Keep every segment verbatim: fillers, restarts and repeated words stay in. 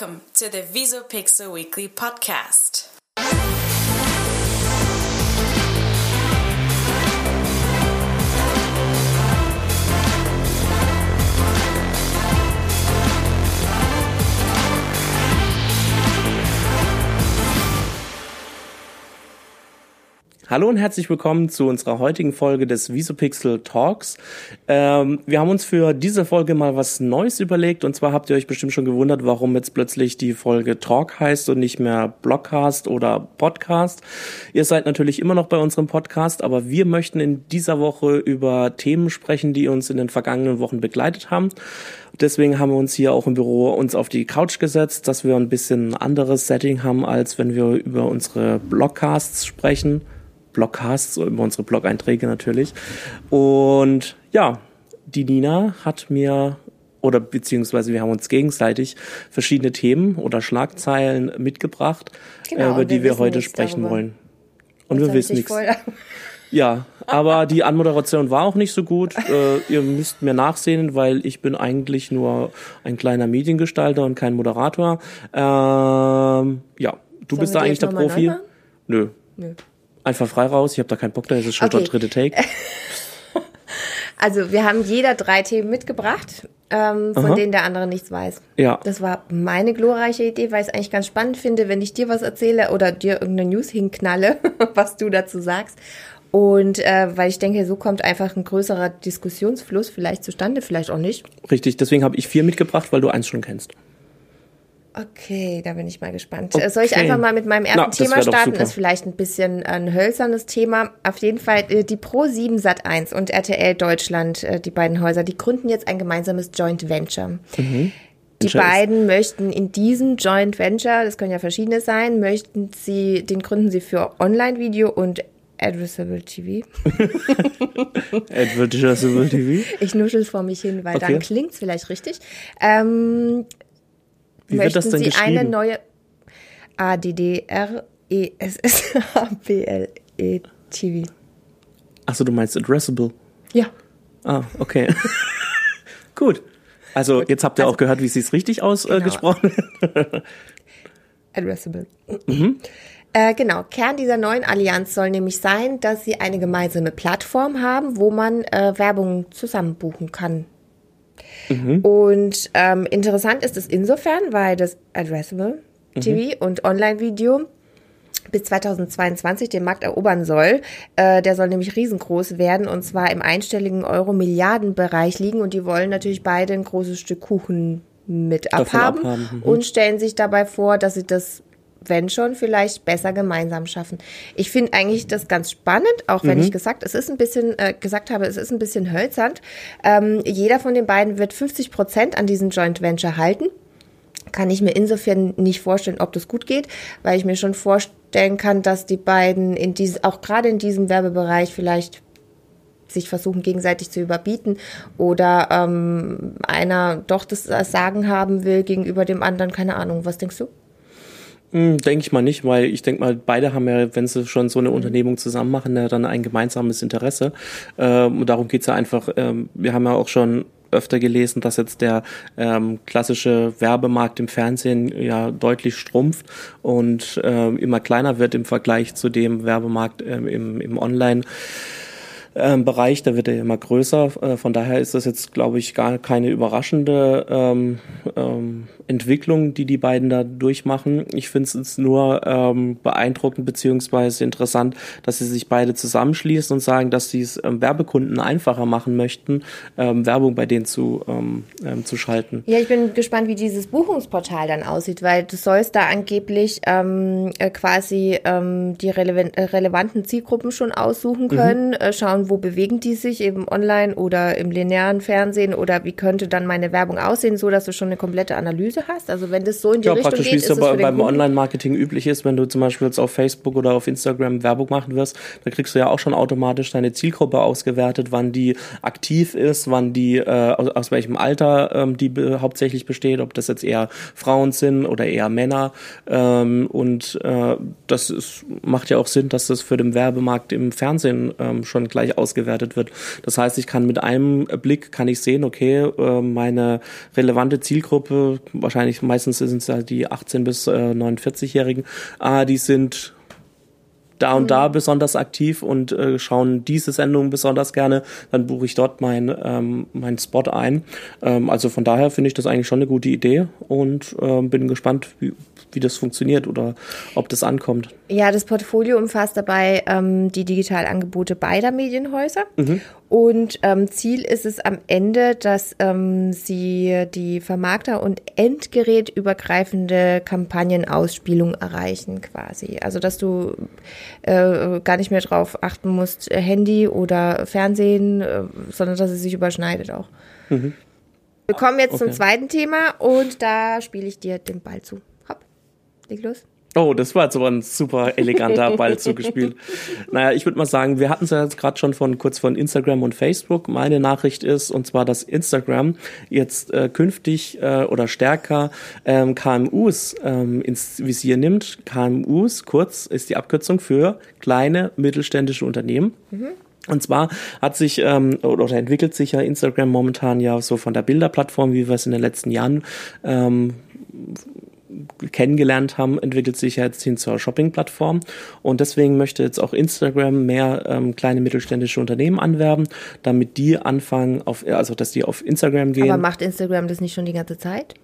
Welcome to the VisuPixel Weekly Podcast. Hallo und herzlich willkommen zu unserer heutigen Folge des VisuPixel Talks. Ähm, wir haben uns für diese Folge mal was Neues überlegt, und zwar habt ihr euch bestimmt schon gewundert, warum jetzt plötzlich die Folge Talk heißt und nicht mehr Blogcast oder Podcast. Ihr seid natürlich immer noch bei unserem Podcast, aber wir möchten in dieser Woche über Themen sprechen, die uns in den vergangenen Wochen begleitet haben. Deswegen haben wir uns hier auch im Büro uns auf die Couch gesetzt, dass wir ein bisschen anderes Setting haben, als wenn wir über unsere Blogcasts sprechen. Blogcasts, über unsere Blog-Einträge natürlich. Und ja, die Nina hat mir, oder beziehungsweise wir haben uns gegenseitig verschiedene Themen oder Schlagzeilen mitgebracht, genau, äh, über die wir, wir heute sprechen darüber. wollen. Und Jetzt wir wissen nichts. Ja, aber die Anmoderation war auch nicht so gut. Äh, ihr müsst mir nachsehen, weil ich bin eigentlich nur ein kleiner Mediengestalter und kein Moderator. Ähm, ja, du Sollen bist da eigentlich der Profi? Nö. Nö. Einfach frei raus, ich habe da keinen Bock, da ist es schon okay. Der dritte Take. Also wir haben jeder drei Themen mitgebracht, ähm, von Aha. denen der andere nichts weiß. Ja. Das war meine glorreiche Idee, weil ich es eigentlich ganz spannend finde, wenn ich dir was erzähle oder dir irgendeine News hinknalle, was du dazu sagst. Und äh, weil ich denke, so kommt einfach ein größerer Diskussionsfluss vielleicht zustande, vielleicht auch nicht. Richtig, deswegen habe ich vier mitgebracht, weil du eins schon kennst. Okay, da bin ich mal gespannt. Okay. Soll ich einfach mal mit meinem ersten Na, Thema starten? Ist vielleicht ein bisschen ein hölzernes Thema. Auf jeden Fall die Pro sieben Sat eins und R T L Deutschland, die beiden Häuser, die gründen jetzt ein gemeinsames Joint Venture. Mhm. Die beiden möchten in diesem Joint Venture, das können ja verschiedene sein, möchten sie, den gründen sie für Online-Video und Addressable T V. Addressable T V? Ich nuschel vor mich hin, weil okay. Dann klingt's vielleicht richtig. Ähm, Wie wird das denn Sie geschrieben? Eine neue A D D R E S S A B L E T V. Achso, du meinst Addressable? Ja. Ah, okay. Gut. Also Gut. Jetzt habt ihr also, auch gehört, wie sie es richtig ausgesprochen genau. äh, Addressable. Mhm. Äh, genau, Kern dieser neuen Allianz soll nämlich sein, dass sie eine gemeinsame Plattform haben, wo man äh, Werbung zusammen buchen kann. Mhm. Und ähm, interessant ist es insofern, weil das Addressable T V mhm. und Online-Video bis zweitausendzweiundzwanzig den Markt erobern soll. Äh, der soll nämlich riesengroß werden und zwar im einstelligen Euro-Milliarden-Bereich liegen, und die wollen natürlich beide ein großes Stück Kuchen mit abhaben, abhaben. Mhm. und stellen sich dabei vor, dass sie das, wenn schon, vielleicht besser gemeinsam schaffen. Ich finde eigentlich das ganz spannend, auch wenn mhm. ich gesagt, es ist ein bisschen, äh, gesagt habe, es ist ein bisschen hölzernd. Ähm, jeder von den beiden wird fünfzig Prozent an diesem Joint Venture halten. Kann ich mir insofern nicht vorstellen, ob das gut geht, weil ich mir schon vorstellen kann, dass die beiden in diese, auch gerade in diesem Werbebereich vielleicht sich versuchen, gegenseitig zu überbieten oder ähm, einer doch das Sagen haben will gegenüber dem anderen. Keine Ahnung, was denkst du? Denke ich mal nicht, weil ich denke mal, beide haben ja, wenn sie schon so eine Unternehmung zusammen machen, ja dann ein gemeinsames Interesse. Ähm, und darum geht's ja einfach. Ähm, wir haben ja auch schon öfter gelesen, dass jetzt der ähm, klassische Werbemarkt im Fernsehen ja deutlich schrumpft und ähm, immer kleiner wird im Vergleich zu dem Werbemarkt ähm, im, im Online- Ähm, Bereich, da wird er immer größer. Äh, von daher ist das jetzt, glaube ich, gar keine überraschende ähm, ähm, Entwicklung, die die beiden da durchmachen. Ich finde es jetzt nur ähm, beeindruckend beziehungsweise interessant, dass sie sich beide zusammenschließen und sagen, dass sie es ähm, Werbekunden einfacher machen möchten, ähm, Werbung bei denen zu, ähm, ähm, zu schalten. Ja, ich bin gespannt, wie dieses Buchungsportal dann aussieht, weil du sollst da angeblich ähm, äh, quasi ähm, die relevan- äh, relevanten Zielgruppen schon aussuchen können, mhm. äh, schauen, wo bewegen die sich, eben online oder im linearen Fernsehen, oder wie könnte dann meine Werbung aussehen, so dass du schon eine komplette Analyse hast? Also wenn das so in die ja, Richtung praktisch, geht, ist es bei, beim Online-Marketing üblich ist, wenn du zum Beispiel jetzt auf Facebook oder auf Instagram Werbung machen wirst, da kriegst du ja auch schon automatisch deine Zielgruppe ausgewertet, wann die aktiv ist, wann die, äh, aus, aus welchem Alter ähm, die be- hauptsächlich besteht, ob das jetzt eher Frauen sind oder eher Männer, ähm, und äh, das ist, macht ja auch Sinn, dass das für den Werbemarkt im Fernsehen ähm, schon gleich gleich ausgewertet wird. Das heißt, ich kann mit einem Blick kann ich sehen, okay, meine relevante Zielgruppe, wahrscheinlich meistens sind es halt die achtzehn bis neunundvierzig-Jährigen, ah, die sind da und da besonders aktiv und äh, schauen diese Sendung besonders gerne, dann buche ich dort mein, ähm, meinen Spot ein. Ähm, also von daher finde ich das eigentlich schon eine gute Idee und ähm, bin gespannt, wie, wie das funktioniert oder ob das ankommt. Ja, das Portfolio umfasst dabei ähm, die Digitalangebote beider Medienhäuser. Mhm. Und ähm, Ziel ist es am Ende, dass ähm, sie die Vermarkter- und endgerätübergreifende Kampagnenausspielung erreichen quasi. Also dass du äh, gar nicht mehr drauf achten musst, Handy oder Fernsehen, äh, sondern dass es sich überschneidet auch. Mhm. Wir kommen jetzt okay. zum zweiten Thema und da spiele ich dir den Ball zu. Hopp, leg los. Oh, das war jetzt aber ein super eleganter Ball zugespielt. Naja, ich würde mal sagen, wir hatten es ja jetzt gerade schon von kurz von Instagram und Facebook. Meine Nachricht ist, und zwar, dass Instagram jetzt äh, künftig äh, oder stärker ähm, K M Us ähm, ins Visier nimmt. K M Us, kurz, ist die Abkürzung für kleine mittelständische Unternehmen. Mhm. Und zwar hat sich ähm, oder entwickelt sich ja Instagram momentan ja so von der Bilderplattform, wie wir es in den letzten Jahren ähm, kennengelernt haben, entwickelt sich jetzt hin zur Shopping-Plattform und deswegen möchte jetzt auch Instagram mehr ähm, kleine mittelständische Unternehmen anwerben, damit die anfangen, auf, also dass die auf Instagram gehen. Aber macht Instagram das nicht schon die ganze Zeit?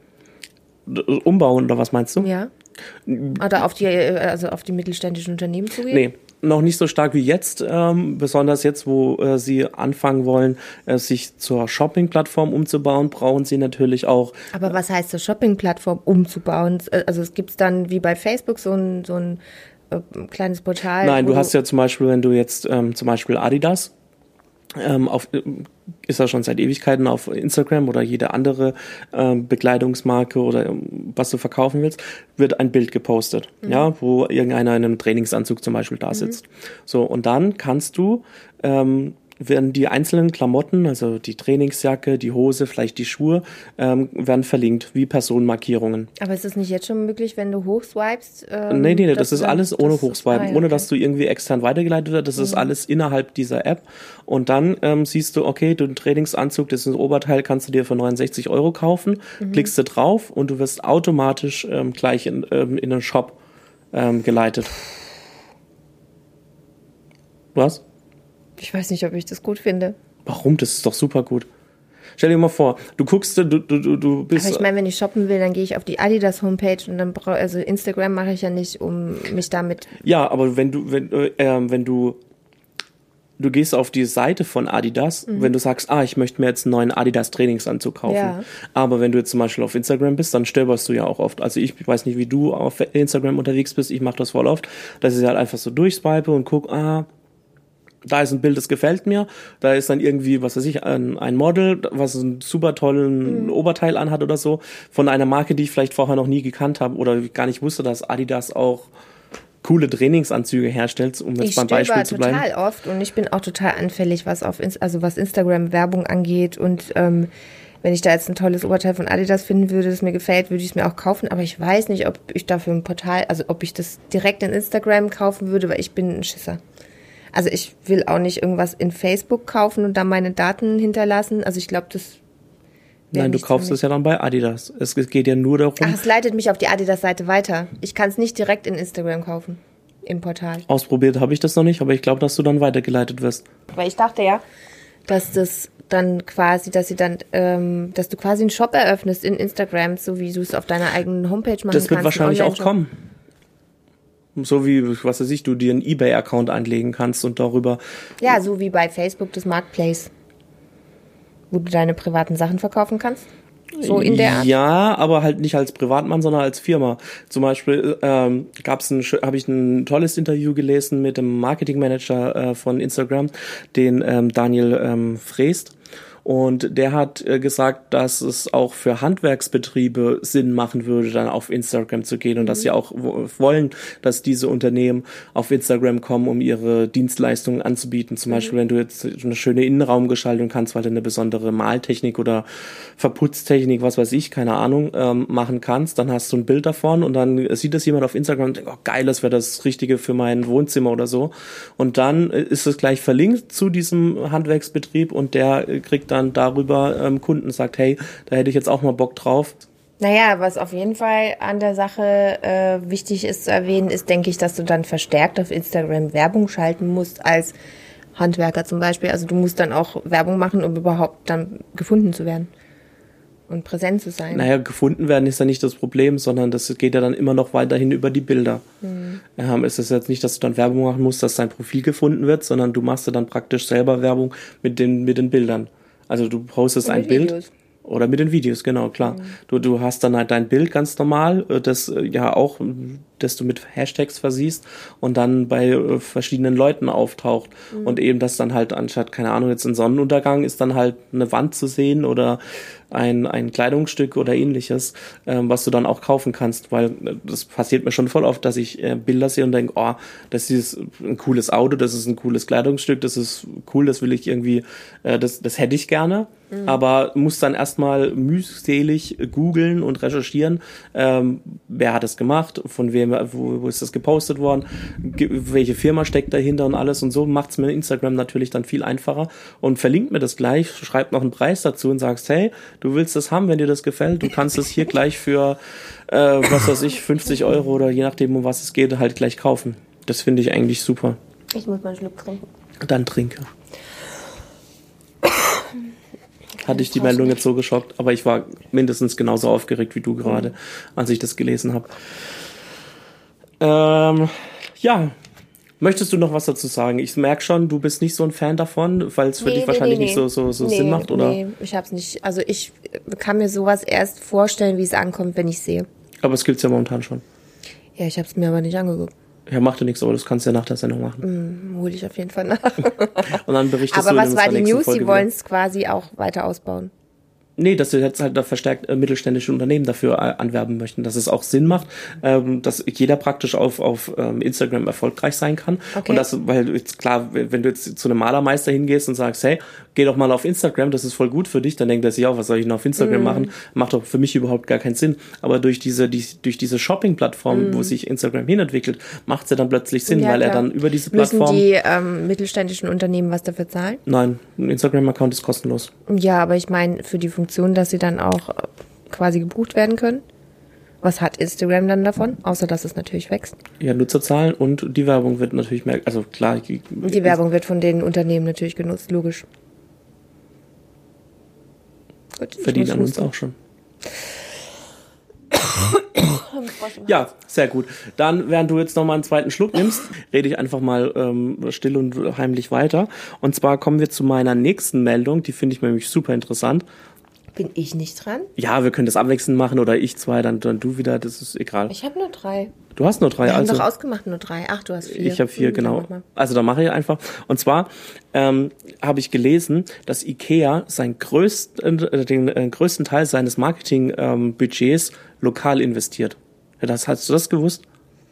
Umbauen oder was meinst du? Ja. Oder auf die, also auf die mittelständischen Unternehmen zugehen? Nee. Noch nicht so stark wie jetzt, ähm, besonders jetzt, wo äh, sie anfangen wollen, äh, sich zur Shopping-Plattform umzubauen, brauchen sie natürlich auch. Aber was heißt zur Shopping-Plattform umzubauen? Also es gibt dann wie bei Facebook so ein, so ein äh, kleines Portal. Nein, du hast ja zum Beispiel, wenn du jetzt ähm, zum Beispiel Adidas, ähm, auf, ist ja schon seit Ewigkeiten auf Instagram oder jede andere ähm, Bekleidungsmarke oder ähm, was du verkaufen willst, wird ein Bild gepostet, mhm. ja, wo irgendeiner in einem Trainingsanzug zum Beispiel da sitzt. Mhm. So, und dann kannst du ähm, werden die einzelnen Klamotten, also die Trainingsjacke, die Hose, vielleicht die Schuhe, ähm, werden verlinkt, wie Personenmarkierungen. Aber ist das nicht jetzt schon möglich, wenn du hochswipest? Ähm, nee, nee, nee, das ist alles ohne das Hochswipen, ah, ja, ohne okay. dass du irgendwie extern weitergeleitet wird. Das mhm. ist alles innerhalb dieser App. Und dann ähm, siehst du, okay, du einen Trainingsanzug, das ist ein Oberteil, kannst du dir für neunundsechzig Euro kaufen, mhm. klickst du drauf und du wirst automatisch ähm, gleich in, ähm, in einen Shop ähm, geleitet. Was? Ich weiß nicht, ob ich das gut finde. Warum? Das ist doch super gut. Stell dir mal vor, du guckst, du, du, du bist... Aber ich meine, wenn ich shoppen will, dann gehe ich auf die Adidas Homepage und dann brauche also Instagram mache ich ja nicht, um mich damit... Ja, aber wenn du, wenn, äh, wenn du, du gehst auf die Seite von Adidas, mhm. wenn du sagst, ah, ich möchte mir jetzt einen neuen Adidas Trainingsanzug kaufen. Ja. Aber wenn du jetzt zum Beispiel auf Instagram bist, dann stöberst du ja auch oft. Also ich weiß nicht, wie du auf Instagram unterwegs bist, ich mache das voll oft, dass ich halt einfach so durchswipe und guck, ah, da ist ein Bild, das gefällt mir. Da ist dann irgendwie, was weiß ich, ein, ein Model, was einen super tollen mhm. Oberteil anhat oder so, von einer Marke, die ich vielleicht vorher noch nie gekannt habe oder gar nicht wusste, dass Adidas auch coole Trainingsanzüge herstellt, um jetzt ich beim Beispiel zu bleiben. Ich stöber total oft und ich bin auch total anfällig, was auf Inst- also was Instagram-Werbung angeht und ähm, wenn ich da jetzt ein tolles Oberteil von Adidas finden würde, das mir gefällt, würde ich es mir auch kaufen, aber ich weiß nicht, ob ich dafür ein Portal, also ob ich das direkt in Instagram kaufen würde, weil ich bin ein Schisser. Also ich will auch nicht irgendwas in Facebook kaufen und da meine Daten hinterlassen. Also ich glaube, das... Nein, du kaufst es ja dann bei Adidas. Es geht ja nur darum... Ach, es leitet mich auf die Adidas-Seite weiter. Ich kann es nicht direkt in Instagram kaufen, im Portal. Ausprobiert habe ich das noch nicht, aber ich glaube, dass du dann weitergeleitet wirst. Weil ich dachte ja, dass das dann quasi, dass sie dann, ähm, dass du quasi einen Shop eröffnest in Instagram, so wie du es auf deiner eigenen Homepage machen kannst. Das wird wahrscheinlich auch kommen. So wie, was weiß ich, du dir einen eBay-Account anlegen kannst und darüber... Ja, so wie bei Facebook das Marketplace, wo du deine privaten Sachen verkaufen kannst. So in der Art. Ja, aber halt nicht als Privatmann, sondern als Firma. Zum Beispiel ähm, gab's ein, habe ich ein tolles Interview gelesen mit dem Marketingmanager äh, von Instagram, den ähm, Daniel ähm, Freest. Und der hat äh, gesagt, dass es auch für Handwerksbetriebe Sinn machen würde, dann auf Instagram zu gehen und mhm. dass sie auch w- wollen, dass diese Unternehmen auf Instagram kommen, um ihre Dienstleistungen anzubieten. Zum mhm. Beispiel, wenn du jetzt eine schöne Innenraumgestaltung kannst, weil du eine besondere Maltechnik oder Verputztechnik, was weiß ich, keine Ahnung, ähm, machen kannst, dann hast du ein Bild davon und dann sieht das jemand auf Instagram und denkt, oh geil, das wäre das Richtige für mein Wohnzimmer oder so. Und dann ist es gleich verlinkt zu diesem Handwerksbetrieb und der kriegt dann darüber ähm, Kunden, sagt, hey, da hätte ich jetzt auch mal Bock drauf. Naja, was auf jeden Fall an der Sache äh, wichtig ist zu erwähnen, ist, denke ich, dass du dann verstärkt auf Instagram Werbung schalten musst als Handwerker zum Beispiel. Also du musst dann auch Werbung machen, um überhaupt dann gefunden zu werden und präsent zu sein. Naja, gefunden werden ist ja nicht das Problem, sondern das geht ja dann immer noch weiterhin über die Bilder. Mhm. Ähm, es ist jetzt nicht, dass du dann Werbung machen musst, dass dein Profil gefunden wird, sondern du machst ja dann praktisch selber Werbung mit den, mit den Bildern. Also du postest ein Bild. Videos. Oder mit den Videos, genau, klar. Mhm. Du, du hast dann halt dein Bild ganz normal, das ja auch, das du mit Hashtags versiehst und dann bei äh, verschiedenen Leuten auftaucht. Mhm. Und eben das dann halt anstatt, keine Ahnung, jetzt ein Sonnenuntergang ist dann halt eine Wand zu sehen oder ein, ein Kleidungsstück oder ähnliches, ähm, was du dann auch kaufen kannst, weil äh, das passiert mir schon voll oft, dass ich äh, Bilder sehe und denke, oh, das ist ein cooles Auto, das ist ein cooles Kleidungsstück, das ist cool, das will ich irgendwie, äh, das, das hätte ich gerne. Mhm. Aber muss dann erstmal mühselig googeln und recherchieren, ähm, wer hat es gemacht, von wem, wo, wo ist das gepostet worden, ge- welche Firma steckt dahinter und alles und so macht es mir Instagram natürlich dann viel einfacher und verlinkt mir das gleich, schreibt noch einen Preis dazu und sagst, hey, du willst das haben, wenn dir das gefällt, du kannst es hier gleich für, äh, was weiß ich, fünfzig Euro oder je nachdem, um was es geht, halt gleich kaufen. Das finde ich eigentlich super. Ich muss mal einen Schluck trinken. Dann trinke. Hatte ich die Meldung jetzt so geschockt, aber ich war mindestens genauso aufgeregt wie du gerade, als ich das gelesen habe. Ähm, ja, möchtest du noch was dazu sagen? Ich merke schon, du bist nicht so ein Fan davon, weil es für nee, dich nee, wahrscheinlich nee, nicht so, so, so nee, Sinn macht, oder? Nee, ich hab's nicht. Also ich kann mir sowas erst vorstellen, wie es ankommt, wenn ich sehe. Aber es gibt's ja momentan schon. Ja, ich hab's mir aber nicht angeguckt. Ja, macht ja nichts, aber das kannst du ja nach der Sendung machen. Mm, hole ich auf jeden Fall nach. Und dann berichtest aber du was war die News? Folge Sie wollen es quasi auch weiter ausbauen. Nee, dass wir jetzt halt da verstärkt äh, mittelständische Unternehmen dafür äh, anwerben möchten, dass es auch Sinn macht, ähm, dass jeder praktisch auf auf ähm, Instagram erfolgreich sein kann. Okay. Und das, weil jetzt klar, wenn du jetzt zu einem Malermeister hingehst und sagst, hey, geh doch mal auf Instagram, das ist voll gut für dich, dann denkt er sich auch, was soll ich denn auf Instagram mm. machen? Macht doch für mich überhaupt gar keinen Sinn. Aber durch diese die, durch diese Shopping-Plattform, mm. wo sich Instagram hinentwickelt, macht es ja dann plötzlich Sinn, ja, weil klar. er dann über diese Plattform... Müssen die ähm, mittelständischen Unternehmen was dafür zahlen? Nein, ein Instagram-Account ist kostenlos. Ja, aber ich meine, für die Funktion, dass sie dann auch quasi gebucht werden können. Was hat Instagram dann davon? Außer, dass es natürlich wächst. Ja, Nutzerzahlen und die Werbung wird natürlich mehr, also klar. Die, die Werbung wird von den Unternehmen natürlich genutzt, logisch. Gut, verdienen an uns auch schon. Ja, sehr gut. Dann, während du jetzt nochmal einen zweiten Schluck nimmst, rede ich einfach mal ähm, still und heimlich weiter. Und zwar kommen wir zu meiner nächsten Meldung, die finde ich nämlich super interessant. Bin ich nicht dran? Ja, wir können das abwechselnd machen oder ich zwei, dann, dann du wieder, das ist egal. Ich habe nur drei. Du hast nur drei, wir also. Wir haben doch ausgemacht nur drei. Ach, du hast vier. Ich habe vier, mhm, genau. Also da mache ich einfach. Und zwar ähm, habe ich gelesen, dass IKEA seinen größten, äh, den äh, größten Teil seines Marketing-Budgets ähm, lokal investiert. Ja, das, hast du das gewusst?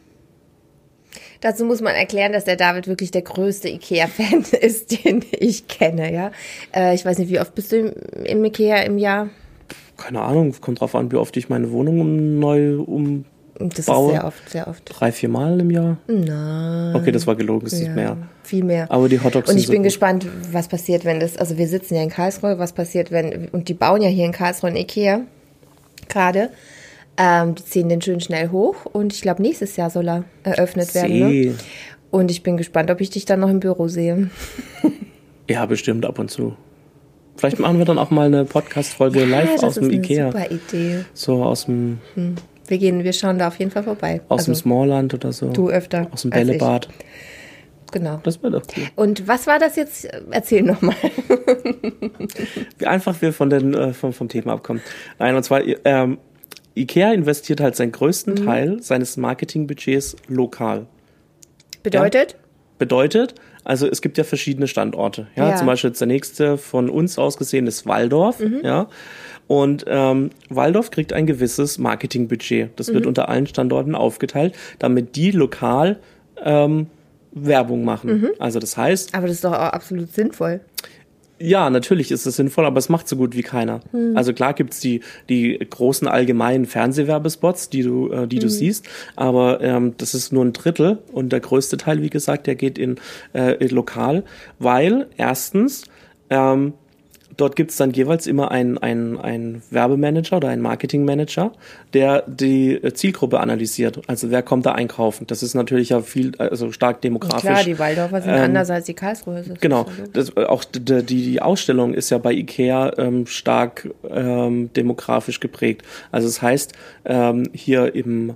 Dazu muss man erklären, dass der David wirklich der größte Ikea-Fan ist, den ich kenne, ja. Äh, ich weiß nicht, wie oft bist du im, im Ikea im Jahr? Keine Ahnung, kommt drauf an, wie oft ich meine Wohnung um, neu umbaue. Das ist sehr oft, sehr oft. Drei, vier Mal im Jahr? Nein. Okay, das war gelogen, es ist ja, mehr. Viel mehr. Aber die Hotdogs Und ich sind bin so gespannt, was passiert, wenn das, also wir sitzen ja in Karlsruhe, was passiert, wenn, und die bauen ja hier in Karlsruhe ein Ikea, gerade. Ähm, die ziehen den schön schnell hoch und ich glaube, nächstes Jahr soll er eröffnet See. werden. Ne? Und ich bin gespannt, ob ich dich dann noch im Büro sehe. Ja, bestimmt ab und zu. Vielleicht machen wir dann auch mal eine Podcast-Folge ja, live aus dem Ikea. Das ist eine super Idee. So aus dem... Hm. Wir gehen, wir schauen da auf jeden Fall vorbei. Aus also, dem Smallland oder so. Du öfter. Aus dem Bällebad. Genau. Das wäre doch cool. Und was war das jetzt? Erzähl nochmal. Wie einfach wir von den, äh, vom, vom Thema abkommen. Nein, und zwar... Ähm, IKEA investiert halt seinen größten mhm. Teil seines Marketingbudgets lokal. Bedeutet? Ja? Bedeutet, Also es gibt ja verschiedene Standorte. Ja, Ja. zum Beispiel jetzt der nächste von uns aus gesehen ist Waldorf. Mhm. Ja. Und ähm, Waldorf kriegt ein gewisses Marketingbudget. Das wird Mhm. unter allen Standorten aufgeteilt, damit die lokal ähm, Werbung machen. Mhm. Also das heißt, Aber das ist doch auch absolut sinnvoll. ja, natürlich ist es sinnvoll, aber es macht so gut wie keiner. Hm. Also klar gibt's die die großen allgemeinen Fernsehwerbespots, die du äh, die du siehst, aber ähm, das ist nur ein Drittel und der größte Teil, wie gesagt, der geht in, äh, in lokal, weil erstens ähm, dort gibt's dann jeweils immer einen einen einen Werbemanager oder einen Marketingmanager, der die Zielgruppe analysiert. Also wer kommt da einkaufen? Das ist natürlich ja viel, also stark demografisch. Klar, die Waldorfer sind ähm, anders als die Karlsruhe. Das ist Genau, ja logisch. das, auch die, die die Ausstellung ist ja bei IKEA ähm, stark ähm, demografisch geprägt. Also das heißt, ähm, hier im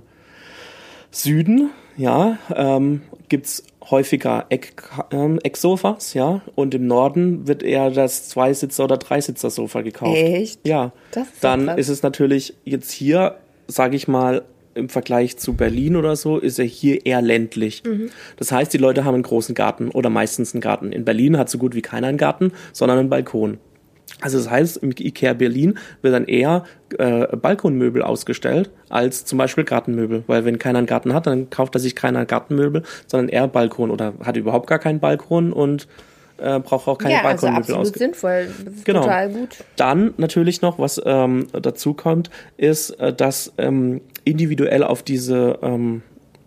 Süden, ja, ähm, gibt's häufiger Eck, ähm, Ecksofas, ja, und im Norden wird eher das Zweisitzer- oder Dreisitzer-Sofa gekauft. Echt? Ja, Das ist so dann krass. ist es natürlich jetzt hier, sage ich mal, im Vergleich zu Berlin oder so, ist er hier eher ländlich. Mhm. Das heißt, die Leute haben einen großen Garten oder meistens einen Garten. In Berlin hat so gut wie keiner einen Garten, sondern einen Balkon. Also das heißt, im IKEA Berlin wird dann eher äh, Balkonmöbel ausgestellt als zum Beispiel Gartenmöbel. Weil wenn keiner einen Garten hat, dann kauft er sich keiner Gartenmöbel, sondern eher Balkon oder hat überhaupt gar keinen Balkon und äh, braucht auch keine Ja, also Balkonmöbel absolut ausge- sinnvoll. Das ist Genau. total gut. Dann natürlich noch, was ähm, dazu kommt, ist, äh, dass ähm, individuell auf diese ähm,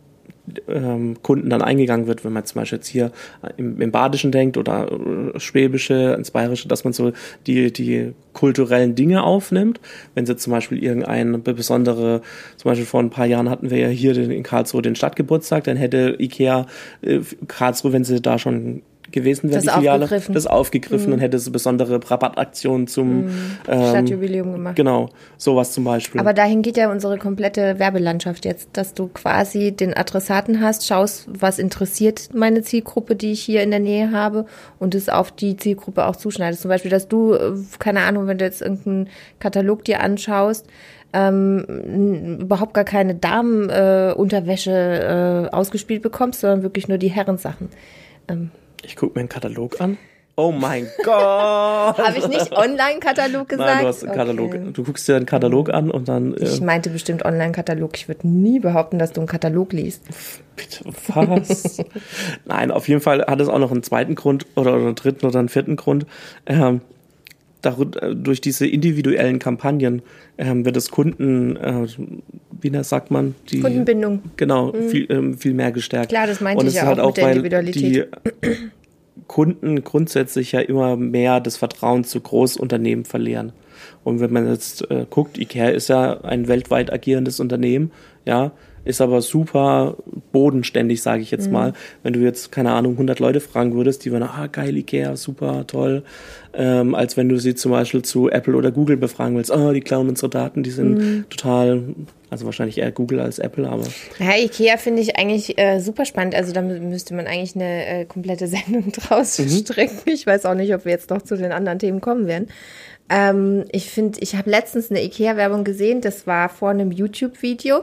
ähm, Kunden dann eingegangen wird, wenn man zum Beispiel jetzt hier im, im Badischen denkt oder äh, Schwäbische, ins Bayerische, dass man so die, die kulturellen Dinge aufnimmt. Wenn sie zum Beispiel irgendeine besondere, zum Beispiel vor ein paar Jahren hatten wir ja hier den, in Karlsruhe den Stadtgeburtstag, dann hätte IKEA äh, Karlsruhe, wenn sie da schon gewesen wäre, Das die Filiale, aufgegriffen. das aufgegriffen und hätte so besondere Rabattaktionen zum ähm, Stadtjubiläum gemacht. genau, sowas zum Beispiel. Aber dahin geht ja unsere komplette Werbelandschaft jetzt, dass du quasi den Adressaten hast, schaust, was interessiert meine Zielgruppe, die ich hier in der Nähe habe und es auf die Zielgruppe auch zuschneidest. Zum Beispiel, dass du, äh, keine Ahnung, wenn du jetzt irgendeinen Katalog dir anschaust, ähm, n- überhaupt gar keine Damenunterwäsche äh, Unterwäsche, äh, ausgespielt bekommst, sondern wirklich nur die Herrensachen. Ähm, Ich gucke mir einen Katalog an. Oh mein Gott! Habe ich nicht Online-Katalog gesagt? Nein, du hast einen Katalog. Okay. Du guckst dir einen Katalog an und dann. Ich Äh, meinte bestimmt Online-Katalog. Ich würde nie behaupten, dass du einen Katalog liest. bitte, was? Nein, auf jeden Fall hat es auch noch einen zweiten Grund oder, oder einen dritten oder einen vierten Grund. Ähm, darü- äh, durch diese individuellen Kampagnen ähm, wird das Kunden, äh, wie das sagt man, die Kundenbindung. Genau, viel, ähm, viel mehr gestärkt. Klar, das meinte Und ich es ja ist halt auch mit der weil Individualität. Die Kunden grundsätzlich ja immer mehr das Vertrauen zu Großunternehmen verlieren. Und wenn man jetzt äh, guckt, IKEA ist ja ein weltweit agierendes Unternehmen, ja, ist aber super bodenständig, sage ich jetzt mal. Wenn du jetzt, keine Ahnung, hundert Leute fragen würdest, die würden, ah, geil, IKEA, super, toll. Ähm, als wenn du sie zum Beispiel zu Apple oder Google befragen willst, ah, die klauen unsere Daten, die sind total, also wahrscheinlich eher Google als Apple, aber Ja, Ikea finde ich eigentlich äh, super spannend. Also da mü- müsste man eigentlich eine äh, komplette Sendung draus stricken. Ich weiß auch nicht, ob wir jetzt noch zu den anderen Themen kommen werden. Ähm, ich finde, ich habe letztens eine Ikea-Werbung gesehen. Das war vor einem YouTube-Video.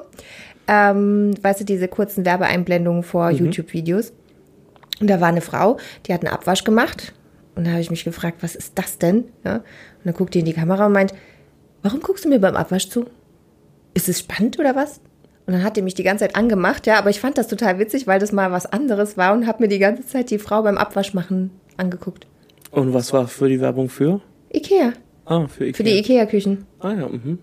Ähm, weißt du, diese kurzen Werbeeinblendungen vor YouTube-Videos. Und da war eine Frau, die hat einen Abwasch gemacht. Und da habe ich mich gefragt, was ist das denn? Ja? Und dann guckt die in die Kamera und meint, warum guckst du mir beim Abwasch zu? Ist es spannend oder was? Und dann hat die mich die ganze Zeit angemacht, ja, aber ich fand das total witzig, weil das mal was anderes war und habe mir die ganze Zeit die Frau beim Abwasch machen angeguckt. und was war für die Werbung für? Ikea, Ah, für IKEA. für die Ikea-Küchen. Ah ja, mhm.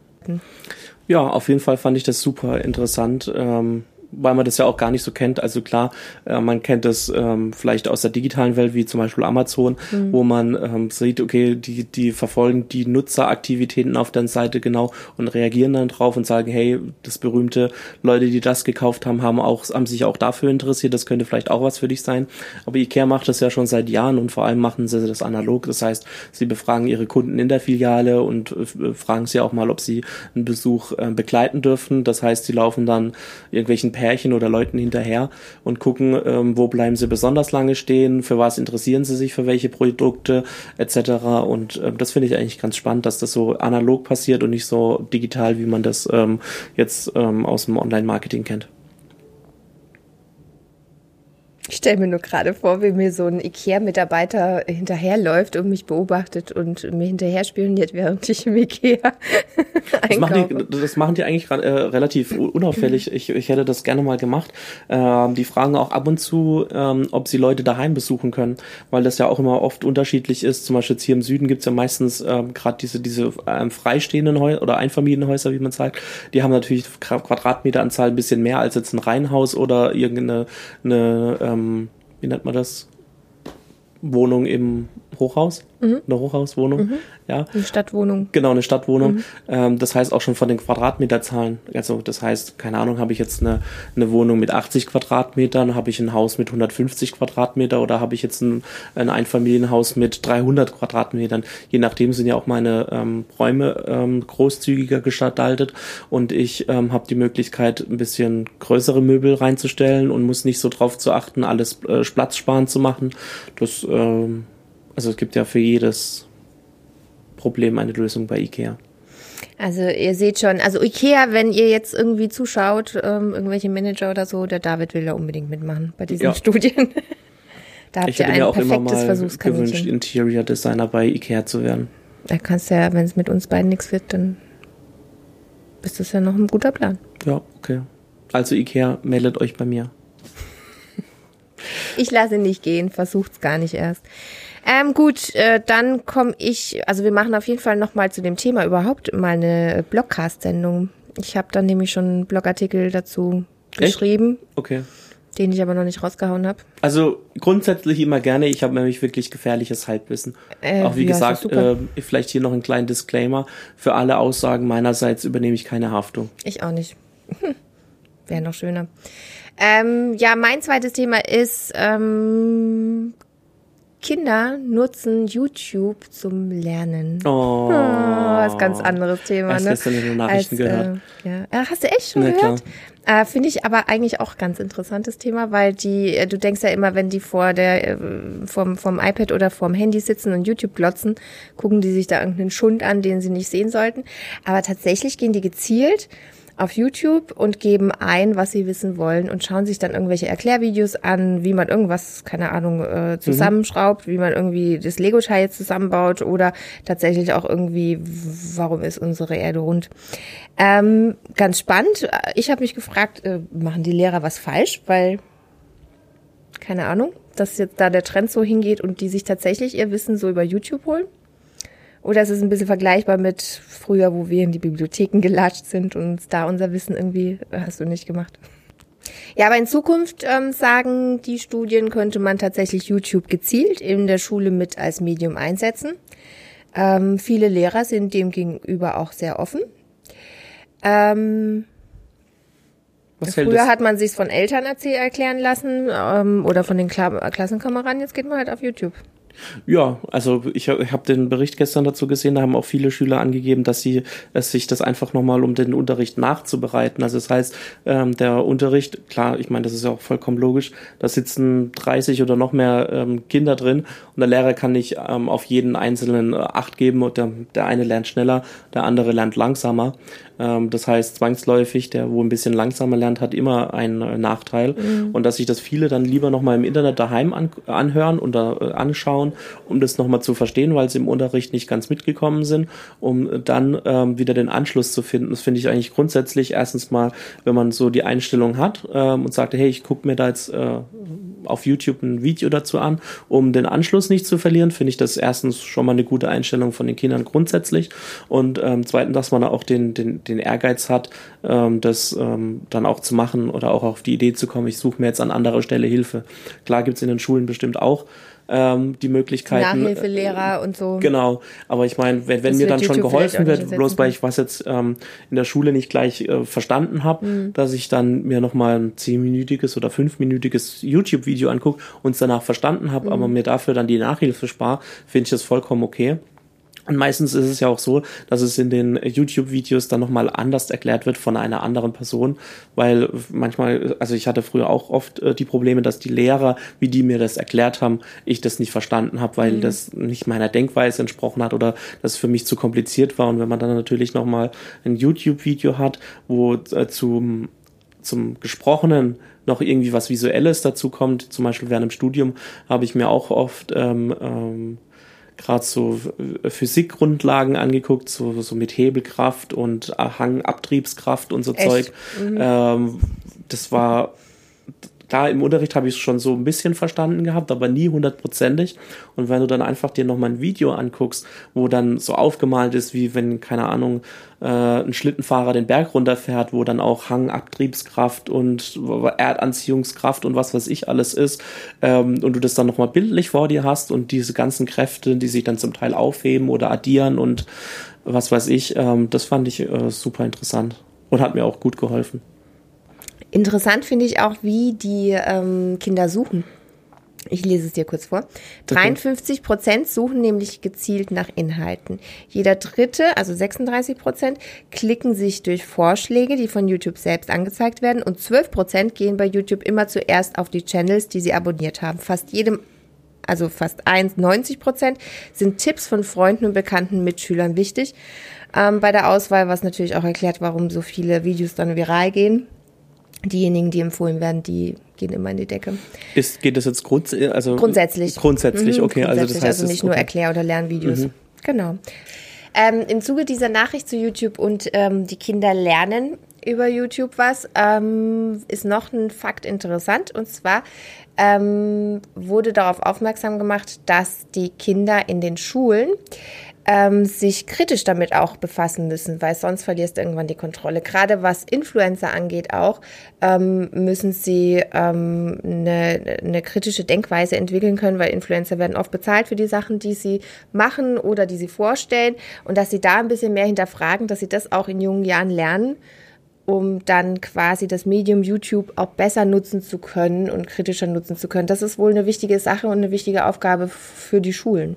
Ja, auf jeden Fall fand ich das super interessant, ähm, weil man das ja auch gar nicht so kennt. Also klar, äh, man kennt das ähm, vielleicht aus der digitalen Welt, wie zum Beispiel Amazon, Mhm. wo man ähm, sieht, okay, die die verfolgen die Nutzeraktivitäten auf der Seite genau und reagieren dann drauf und sagen, hey, das berühmte Leute, die das gekauft haben, haben auch haben sich auch dafür interessiert. Das könnte vielleicht auch was für dich sein. Aber IKEA macht das ja schon seit Jahren und vor allem machen sie das analog. Das heißt, sie befragen ihre Kunden in der Filiale und äh, fragen sie auch mal, ob sie einen Besuch äh, begleiten dürfen. Das heißt, sie laufen dann irgendwelchen Pärchen oder Leuten hinterher und gucken, ähm, wo bleiben sie besonders lange stehen, für was interessieren sie sich, für welche Produkte et cetera. Und äh, das finde ich eigentlich ganz spannend, dass das so analog passiert und nicht so digital, wie man das ähm, jetzt ähm, aus dem Online-Marketing kennt. Ich stelle mir nur gerade vor, wie mir so ein Ikea-Mitarbeiter hinterherläuft und mich beobachtet und mir hinterher spioniert, während ich im Ikea das machen, die, das machen die eigentlich äh, relativ unauffällig. Ich, ich hätte das gerne mal gemacht. Ähm, die fragen auch ab und zu, ähm, ob sie Leute daheim besuchen können, weil das ja auch immer oft unterschiedlich ist. Zum Beispiel jetzt hier im Süden gibt's ja meistens ähm, gerade diese diese ähm, freistehenden Häuser oder Einfamilienhäuser, wie man sagt. Die haben natürlich Quadratmeteranzahl ein bisschen mehr als jetzt ein Reihenhaus oder irgendeine eine, ähm, wie nennt man das? Wohnung im Hochhaus, mhm. eine Hochhauswohnung, mhm. ja. Eine Stadtwohnung. Genau, eine Stadtwohnung. Mhm. Ähm, das heißt auch schon von den Quadratmeterzahlen. Also das heißt, keine Ahnung, habe ich jetzt eine, eine Wohnung mit achtzig Quadratmetern, habe ich ein Haus mit hundertfünfzig Quadratmeter oder habe ich jetzt ein, ein Einfamilienhaus mit dreihundert Quadratmetern. Je nachdem sind ja auch meine ähm, Räume ähm, großzügiger gestaltet und ich ähm, habe die Möglichkeit, ein bisschen größere Möbel reinzustellen und muss nicht so drauf zu achten, alles äh, platzsparend zu machen. Das ähm, Also es gibt ja für jedes Problem eine Lösung bei Ikea. Also ihr seht schon, also Ikea, wenn ihr jetzt irgendwie zuschaut, ähm, irgendwelche Manager oder so, der David will da unbedingt mitmachen bei diesen ja. Studien. Da habt ich ihr hätte ein mir auch perfektes immer mal Versuchskaninchen. gewünscht, Interior Designer bei Ikea zu werden. Da kannst du ja, wenn es mit uns beiden nichts wird, dann ist das ja noch ein guter Plan. Ja, okay. Also Ikea, meldet euch bei mir. Ich lasse ihn nicht gehen, versucht's gar nicht erst. Ähm, gut, äh, dann komme ich, also wir machen auf jeden Fall nochmal zu dem Thema überhaupt mal eine Blogcast-Sendung. Ich habe dann nämlich schon einen Blogartikel dazu Echt? geschrieben. Okay. Den ich aber noch nicht rausgehauen habe. Also grundsätzlich immer gerne. Ich habe nämlich wirklich gefährliches Halbwissen. Äh, Auch wie ja, gesagt, äh, vielleicht hier noch einen kleinen Disclaimer. Für alle Aussagen meinerseits übernehme ich keine Haftung. Ich auch nicht. Hm. Wäre noch schöner. Ähm, ja, mein zweites Thema ist, ähm, Kinder nutzen YouTube zum Lernen. Oh, oh das ist ein ganz anderes Thema. Hast ne? gestern in den Nachrichten Als, gehört. Äh, ja. äh, hast du echt schon Na, gehört? Äh, Finde ich aber eigentlich auch ganz interessantes Thema, weil die, äh, du denkst ja immer, wenn die vor der, äh, vom, vom iPad oder vorm Handy sitzen und YouTube glotzen, gucken die sich da irgendeinen Schund an, den sie nicht sehen sollten. Aber tatsächlich gehen die gezielt auf YouTube und geben ein, was sie wissen wollen und schauen sich dann irgendwelche Erklärvideos an, wie man irgendwas, keine Ahnung, äh, zusammenschraubt, mhm. wie man irgendwie das Lego-Teil zusammenbaut oder tatsächlich auch irgendwie, warum ist unsere Erde rund. Ähm, ganz spannend. Ich habe mich gefragt, äh, machen die Lehrer was falsch? Weil, keine Ahnung, dass jetzt da der Trend so hingeht und die sich tatsächlich ihr Wissen so über YouTube holen? Oder ist es ein bisschen vergleichbar mit früher, wo wir in die Bibliotheken gelatscht sind und da unser Wissen irgendwie, hast du nicht gemacht. Ja, aber in Zukunft, ähm, sagen die Studien, könnte man tatsächlich YouTube gezielt in der Schule mit als Medium einsetzen. Ähm, viele Lehrer sind dem gegenüber auch sehr offen. Ähm, Was früher hat man sich's von Eltern erzähl- erklären lassen ähm, oder von den Kla- Klassenkameraden, jetzt geht man halt auf YouTube. Ja, also ich, ich habe den Bericht gestern dazu gesehen, da haben auch viele Schüler angegeben, dass sie es sich das einfach nochmal, um den Unterricht nachzubereiten. Also das heißt, ähm, der Unterricht, klar, ich meine, das ist ja auch vollkommen logisch, da sitzen dreißig oder noch mehr ähm, Kinder drin und der Lehrer kann nicht ähm, auf jeden einzelnen äh, Acht geben und der, der eine lernt schneller, der andere lernt langsamer. Ähm, das heißt, zwangsläufig, der wo ein bisschen langsamer lernt, hat immer einen äh, Nachteil. Mhm. Und dass sich das viele dann lieber nochmal im Internet daheim an, anhören und da, äh, anschauen, um das nochmal zu verstehen, weil sie im Unterricht nicht ganz mitgekommen sind, um dann ähm, wieder den Anschluss zu finden. Das finde ich eigentlich grundsätzlich erstens mal, wenn man so die Einstellung hat ähm, und sagt, hey, ich gucke mir da jetzt äh, auf YouTube ein Video dazu an, um den Anschluss nicht zu verlieren, finde ich das erstens schon mal eine gute Einstellung von den Kindern grundsätzlich und ähm, zweitens, dass man auch den, den, den Ehrgeiz hat, ähm, das ähm, dann auch zu machen oder auch auf die Idee zu kommen, ich suche mir jetzt an anderer Stelle Hilfe. Klar gibt's in den Schulen bestimmt auch ähm, die Möglichkeiten. Nachhilfelehrer und so. Genau, aber ich meine, wenn, wenn mir dann YouTube schon geholfen wird, bloß weil ich was jetzt ähm, in der Schule nicht gleich äh, verstanden habe, mhm. dass ich dann mir nochmal ein zehnminütiges oder fünfminütiges YouTube-Video angucke und es danach verstanden habe, mhm. aber mir dafür dann die Nachhilfe spare, finde ich das vollkommen okay. Und meistens ist es ja auch so, dass es in den YouTube-Videos dann nochmal anders erklärt wird von einer anderen Person, weil manchmal, also ich hatte früher auch oft äh, die Probleme, dass die Lehrer, wie die mir das erklärt haben, ich das nicht verstanden habe, weil mhm. das nicht meiner Denkweise entsprochen hat oder das für mich zu kompliziert war. Und wenn man dann natürlich nochmal ein YouTube-Video hat, wo äh, zum zum Gesprochenen noch irgendwie was Visuelles dazu kommt, zum Beispiel während dem Studium habe ich mir auch oft ähm, ähm, gerade so Physikgrundlagen angeguckt, so, so mit Hebelkraft und Hangabtriebskraft und so Echt? Zeug. Mhm. Ähm, das war, klar, im Unterricht habe ich es schon so ein bisschen verstanden gehabt, aber nie hundertprozentig. Und wenn du dann einfach dir nochmal ein Video anguckst, wo dann so aufgemalt ist, wie wenn, keine Ahnung, äh, ein Schlittenfahrer den Berg runterfährt, wo dann auch Hangabtriebskraft und Erdanziehungskraft und was weiß ich alles ist, ähm, und du das dann nochmal bildlich vor dir hast und diese ganzen Kräfte, die sich dann zum Teil aufheben oder addieren und was weiß ich, ähm, das fand ich äh, super interessant und hat mir auch gut geholfen. Interessant finde ich auch, wie die ähm, Kinder suchen. Ich lese es dir kurz vor. dreiundfünfzig Prozent suchen nämlich gezielt nach Inhalten. Jeder Dritte, also sechsunddreißig Prozent, klicken sich durch Vorschläge, die von YouTube selbst angezeigt werden. Und zwölf Prozent gehen bei YouTube immer zuerst auf die Channels, die sie abonniert haben. Fast jedem, also fast neunzig Prozent, sind Tipps von Freunden und bekannten Mitschülern wichtig ähm, bei der Auswahl, was natürlich auch erklärt, warum so viele Videos dann viral gehen. Diejenigen, die empfohlen werden, die gehen immer in die Decke. Ist, geht das jetzt grunds- also grundsätzlich? Grundsätzlich, mhm, okay. Grundsätzlich, also das heißt, also nicht es, nur okay. Erklär- oder Lernvideos. Mhm. Genau. Ähm, im Zuge dieser Nachricht zu YouTube und ähm, die Kinder lernen über YouTube was, ähm, ist noch ein Fakt interessant. Und zwar ähm, wurde darauf aufmerksam gemacht, dass die Kinder in den Schulen ähm, sich kritisch damit auch befassen müssen, weil sonst verlierst du irgendwann die Kontrolle. Gerade was Influencer angeht auch, ähm, müssen sie ähm, eine, eine kritische Denkweise entwickeln können, weil Influencer werden oft bezahlt für die Sachen, die sie machen oder die sie vorstellen, und dass sie da ein bisschen mehr hinterfragen, dass sie das auch in jungen Jahren lernen, um dann quasi das Medium YouTube auch besser nutzen zu können und kritischer nutzen zu können. Das ist wohl eine wichtige Sache und eine wichtige Aufgabe für die Schulen.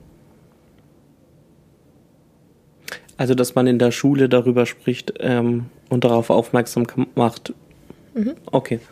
Also, dass man in der Schule darüber spricht ähm, und darauf aufmerksam macht. Mhm. Okay.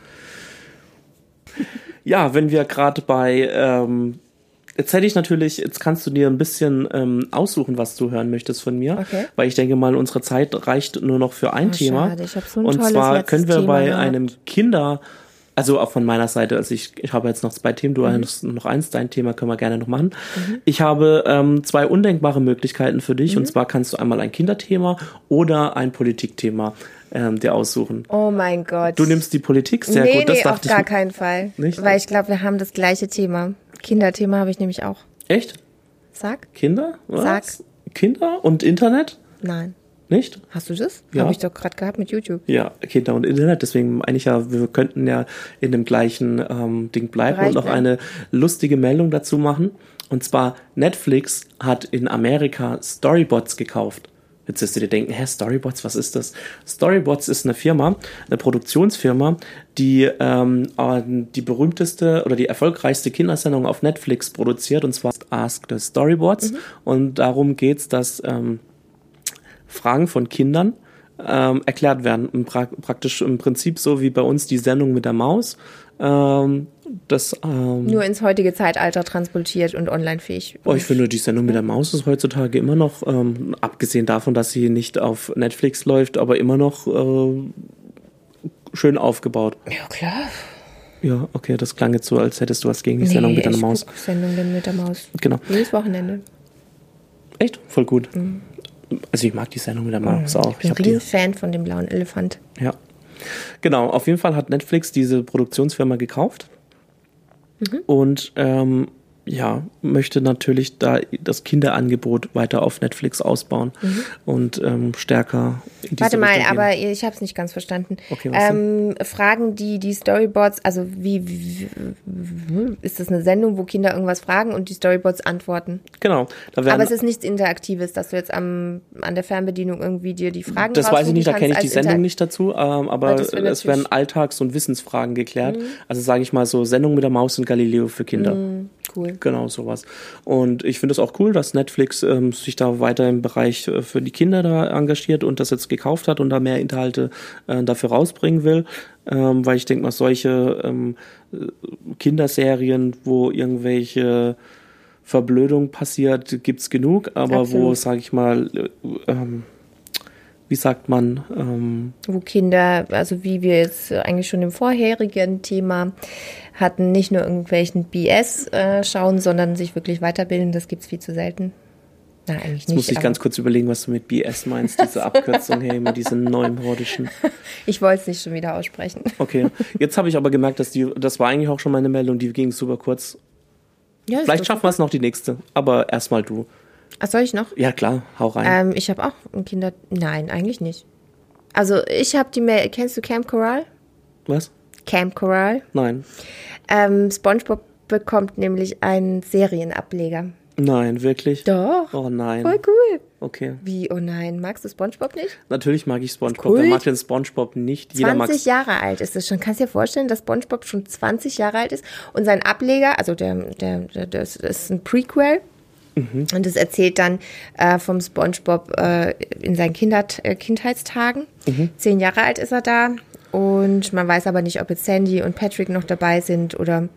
Ja, wenn wir gerade bei, ähm, jetzt hätte ich natürlich, jetzt kannst du dir ein bisschen ähm, aussuchen, was du hören möchtest von mir, okay. Weil ich denke mal, unsere Zeit reicht nur noch für ein oh, Thema. Schade. Ich hab so ein und tolles zwar können wir Thema bei gehabt. einem Kinder, also auch von meiner Seite, also ich, ich habe jetzt noch zwei Themen, du mhm. hast noch eins, dein Thema können wir gerne noch machen. Mhm. Ich habe ähm, zwei undenkbare Möglichkeiten für dich, mhm. und zwar kannst du einmal ein Kinderthema oder ein Politikthema ähm, dir aussuchen. Oh mein Gott. Du nimmst die Politik, sehr nee, gut. Das nee, dachte auf ich gar keinen Fall. Nicht? Weil ich glaube, wir haben das gleiche Thema. Kinderthema habe ich nämlich auch. Echt? Sag. Kinder? Was? Sag. Kinder und Internet? Nein. Nicht? Hast du das? Ja. Habe ich doch gerade gehabt mit YouTube. Ja, Kinder und Internet. Deswegen meine ich ja, wir könnten ja in dem gleichen ähm, Ding bleiben Bereich und noch bleiben. Eine lustige Meldung dazu machen. Und zwar, Netflix hat in Amerika Storybots gekauft. Jetzt wirst du dir denken, hä, Storybots, was ist das? Storybots ist eine Firma, eine Produktionsfirma, die ähm, die berühmteste oder die erfolgreichste Kindersendung auf Netflix produziert, und zwar Ask the Storybots. Mhm. Und darum geht's, dass ähm, Fragen von Kindern ähm, erklärt werden. Und pra- praktisch im Prinzip so wie bei uns die Sendung mit der Maus. Ähm, das, ähm, Nur ins heutige Zeitalter transportiert und online fähig. Oh, ich finde, die Sendung mit der Maus ist heutzutage immer noch, ähm, abgesehen davon, dass sie nicht auf Netflix läuft, aber immer noch äh, schön aufgebaut. Ja, klar. Ja, okay, das klang jetzt so, als hättest du was gegen die nee, Sendung mit der Maus. Ich Sendung mit der Maus. Genau. Jedes Wochenende. Echt? Voll gut. Mhm. Also ich mag die Sendung mit der Maus mhm. auch. Ich bin ein Riesenfan von dem blauen Elefant. Ja. Genau, auf jeden Fall hat Netflix diese Produktionsfirma gekauft. Mhm. Und ähm, ja, möchte natürlich da das Kinderangebot weiter auf Netflix ausbauen mhm. und ähm, stärker in diese Warte mal, Richtung aber gehen. ich habe es nicht ganz verstanden. Okay, was ähm, fragen die die Storyboards, also wie, wie, wie ist das eine Sendung, wo Kinder irgendwas fragen und die Storyboards antworten? Genau. Da werden, aber es ist nichts Interaktives, dass du jetzt am, an der Fernbedienung irgendwie dir die Fragen das weiß ich nicht, da kenne ich die Sendung Inter- nicht dazu, ähm, aber es werden Alltags- und Wissensfragen geklärt. Mhm. Also sage ich mal so, Sendung mit der Maus und Galileo für Kinder. Mhm. Cool. Genau, sowas. Und ich finde es auch cool, dass Netflix ähm, sich da weiter im Bereich äh, für die Kinder da engagiert und das jetzt gekauft hat und da mehr Inhalte äh, dafür rausbringen will, ähm, weil ich denke mal, solche ähm, Kinderserien, wo irgendwelche Verblödung passiert, gibt's genug, aber Absolut. wo, sage ich mal, ähm, wie sagt man, ähm, wo Kinder, also wie wir jetzt eigentlich schon im vorherigen Thema hatten, nicht nur irgendwelchen B S äh, schauen, sondern sich wirklich weiterbilden. Das gibt es viel zu selten. Na, eigentlich jetzt nicht. muss ich ganz kurz überlegen, was du mit B S meinst, diese Abkürzung, hey, immer diese neumodischen. Ich wollte es nicht schon wieder aussprechen. Okay, jetzt habe ich aber gemerkt, dass die, das war eigentlich auch schon meine Meldung, die ging super kurz. Ja, Vielleicht schaffen wir es noch die nächste, aber erstmal du. Ach, soll ich noch? Ja klar, hau rein. Ähm, ich habe auch ein Kinder... Nein, eigentlich nicht. Also ich habe die Mail... Kennst du Camp Coral? Was? Camp Coral. Nein. Ähm, SpongeBob bekommt nämlich einen Serienableger. Nein, wirklich? Doch. Oh nein. Voll cool. Okay. Wie, oh nein, magst du SpongeBob nicht? Natürlich mag ich SpongeBob. Kult. Wer mag den SpongeBob nicht? Jeder mag zwanzig Jahre alt ist es schon. Kannst du dir vorstellen, dass SpongeBob schon zwanzig Jahre alt ist? Und sein Ableger, also der, der, der das ist ein Prequel. Mhm. Und das erzählt dann äh, vom SpongeBob äh, in seinen Kindheit, äh, Kindheitstagen. Mhm. Zehn Jahre alt ist er da. Und man weiß aber nicht, ob jetzt Sandy und Patrick noch dabei sind oder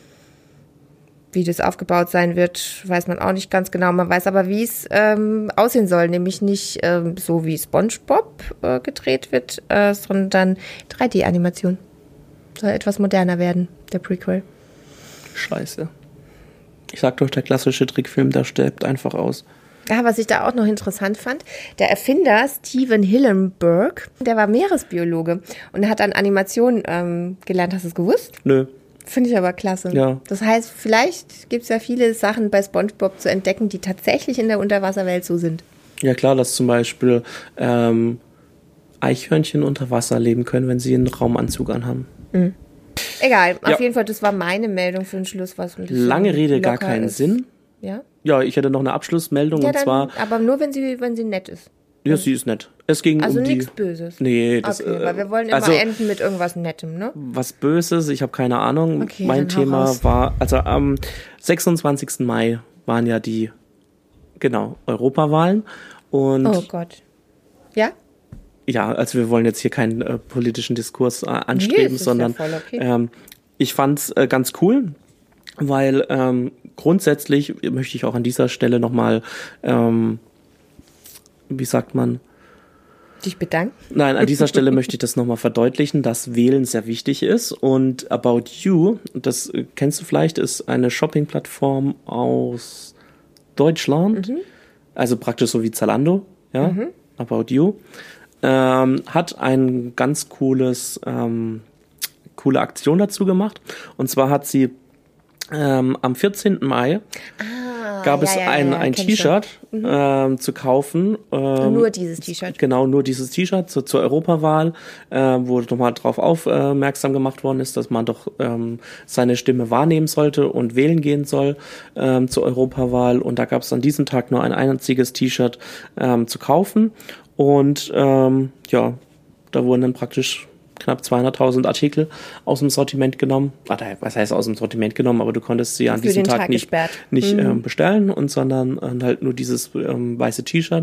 wie das aufgebaut sein wird, weiß man auch nicht ganz genau. Man weiß aber, wie es ähm, aussehen soll. Nämlich nicht ähm, so, wie SpongeBob äh, gedreht wird, äh, sondern drei D-Animation. Soll etwas moderner werden, der Prequel. Scheiße. Ich sag doch, der klassische Trickfilm, der stirbt einfach aus. Ja, was ich da auch noch interessant fand, der Erfinder Steven Hillenburg, der war Meeresbiologe und hat an Animation ähm, gelernt. Hast du es gewusst? Nö. Finde ich aber klasse. Ja. Das heißt, vielleicht gibt es ja viele Sachen bei SpongeBob zu entdecken, die tatsächlich in der Unterwasserwelt so sind. Ja klar, dass zum Beispiel ähm, Eichhörnchen unter Wasser leben können, wenn sie einen Raumanzug anhaben. Mhm. Egal, Ja. auf jeden Fall, das war meine Meldung für den Schluss. Was ein bisschen Lange Rede, gar locker keinen ist. Sinn. Ja? Ja, ich hätte noch eine Abschlussmeldung Ja, und dann, zwar, aber nur, wenn sie, wenn sie nett ist. ja, sie ist nett. Es ging Also um die... nichts Böses. Nee, das Okay, äh, weil wir wollen immer also, enden mit irgendwas Nettem, ne? was Böses, ich habe keine Ahnung. Okay, mein dann hau Thema raus. war, also am sechsundzwanzigsten Mai waren ja die, genau, Europawahlen und Oh Gott. Ja? ja, also wir wollen jetzt hier keinen äh, politischen Diskurs äh, Nee, anstreben, es ist sondern ja voll okay. ähm, ich fand's äh, ganz cool, weil ähm, grundsätzlich möchte ich auch an dieser Stelle nochmal, ähm, wie sagt man, Dich bedanken. Nein, an dieser Stelle möchte ich das nochmal verdeutlichen, dass Wählen sehr wichtig ist. Und About You, das äh, kennst du vielleicht, ist eine Shopping-Plattform aus Deutschland. Mhm. Also praktisch so wie Zalando, ja, mhm. About You. Ähm, hat ein ganz cooles, ähm, coole Aktion dazu gemacht. Und zwar hat sie ähm, am vierzehnten Mai Ah, gab ja, es ja, ja, ein, ja, ein kenn T-Shirt mhm. ähm, zu kaufen. Ähm, Nur dieses T-Shirt. Genau, nur dieses T-Shirt zu, zur Europawahl, äh, wo nochmal drauf aufmerksam gemacht worden ist, dass man doch ähm, seine Stimme wahrnehmen sollte und wählen gehen soll ähm, zur Europawahl. Und da gab es an diesem Tag nur ein einziges T-Shirt ähm, zu kaufen. Und ähm, ja, da wurden dann praktisch knapp zweihunderttausend Artikel aus dem Sortiment genommen. Was heißt aus dem Sortiment genommen, aber du konntest sie an Für diesem den Tag, Tag nicht, gesperrt. nicht Mhm. ähm, bestellen, und sondern äh, halt nur dieses ähm, weiße T-Shirt.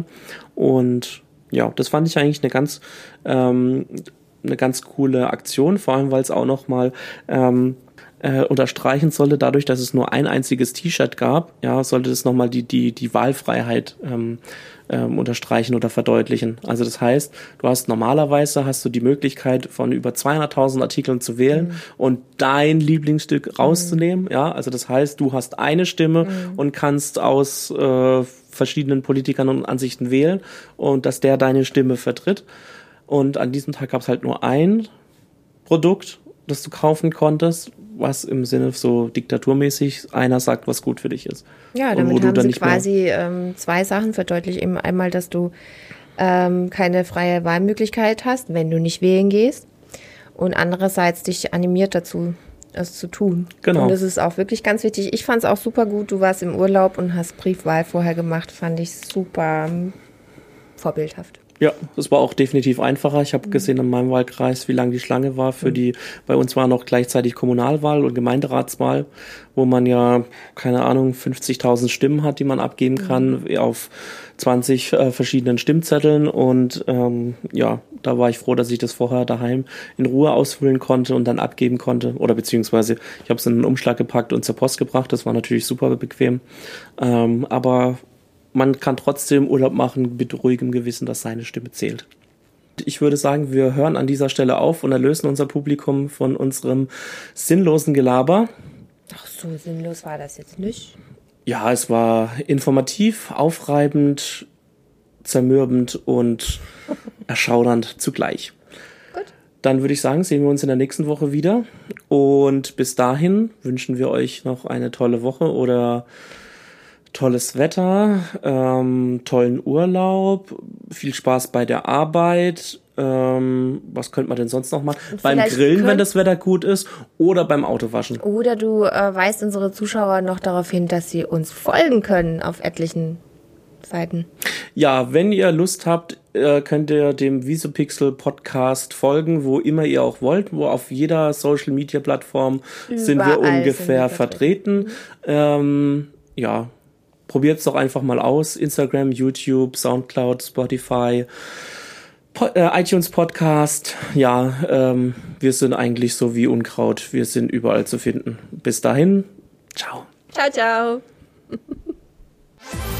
Und ja, das fand ich eigentlich eine ganz ähm, eine ganz coole Aktion, vor allem weil es auch nochmal ähm, äh, unterstreichen sollte, dadurch, dass es nur ein einziges T-Shirt gab, ja, sollte das nochmal die, die, die Wahlfreiheit ähm, ähm, unterstreichen oder verdeutlichen. Also das heißt, du hast normalerweise hast du die Möglichkeit, von über zweihunderttausend Artikeln zu wählen mhm. und dein Lieblingsstück rauszunehmen, mhm. ja, also das heißt, du hast eine Stimme mhm. und kannst aus äh, verschiedenen Politikern und Ansichten wählen und dass der deine Stimme vertritt. Und an diesem Tag gab es halt nur ein Produkt, das du kaufen konntest, was im Sinne so diktaturmäßig einer sagt, was gut für dich ist. Ja, und damit wo du haben dann sie nicht mehr- quasi ähm, zwei Sachen verdeutlicht. Eben einmal, dass du ähm, keine freie Wahlmöglichkeit hast, wenn du nicht wählen gehst. Und andererseits dich animiert dazu, es zu tun. Genau. Und das ist auch wirklich ganz wichtig. Ich fand es auch super gut. Du warst im Urlaub und hast Briefwahl vorher gemacht. Fand ich super ähm, vorbildhaft. Ja, das war auch definitiv einfacher. Ich habe gesehen in meinem Wahlkreis, wie lang die Schlange war für die, bei uns war noch gleichzeitig Kommunalwahl und Gemeinderatswahl, wo man ja, keine Ahnung, fünfzigtausend Stimmen hat, die man abgeben kann, mhm. auf zwanzig äh, verschiedenen Stimmzetteln, und ähm, ja, da war ich froh, dass ich das vorher daheim in Ruhe ausfüllen konnte und dann abgeben konnte, oder beziehungsweise ich habe es in einen Umschlag gepackt und zur Post gebracht, das war natürlich super bequem, ähm, aber man kann trotzdem Urlaub machen mit ruhigem Gewissen, dass seine Stimme zählt. Ich würde sagen, wir hören an dieser Stelle auf und erlösen unser Publikum von unserem sinnlosen Gelaber. Ach so, sinnlos war das jetzt nicht. Ja, es war informativ, aufreibend, zermürbend und erschaudernd zugleich. Gut. Dann würde ich sagen, sehen wir uns in der nächsten Woche wieder. Und bis dahin wünschen wir euch noch eine tolle Woche oder tolles Wetter, ähm, tollen Urlaub, viel Spaß bei der Arbeit. Ähm, was könnte man denn sonst noch machen? Beim Grillen, wenn das Wetter gut ist, oder beim Autowaschen. Oder du äh, weist unsere Zuschauer noch darauf hin, dass sie uns folgen können auf etlichen Seiten. Ja, wenn ihr Lust habt, äh, könnt ihr dem Visopixel Podcast folgen, wo immer ihr auch wollt, wo auf jeder Social Media Plattform Überall sind wir ungefähr sind wir vertreten. Ähm, ja, probiert es doch einfach mal aus. Instagram, YouTube, Soundcloud, Spotify, po- äh, iTunes Podcast. Ja, ähm, wir sind eigentlich so wie Unkraut. Wir sind überall zu finden. Bis dahin, ciao. Ciao, ciao.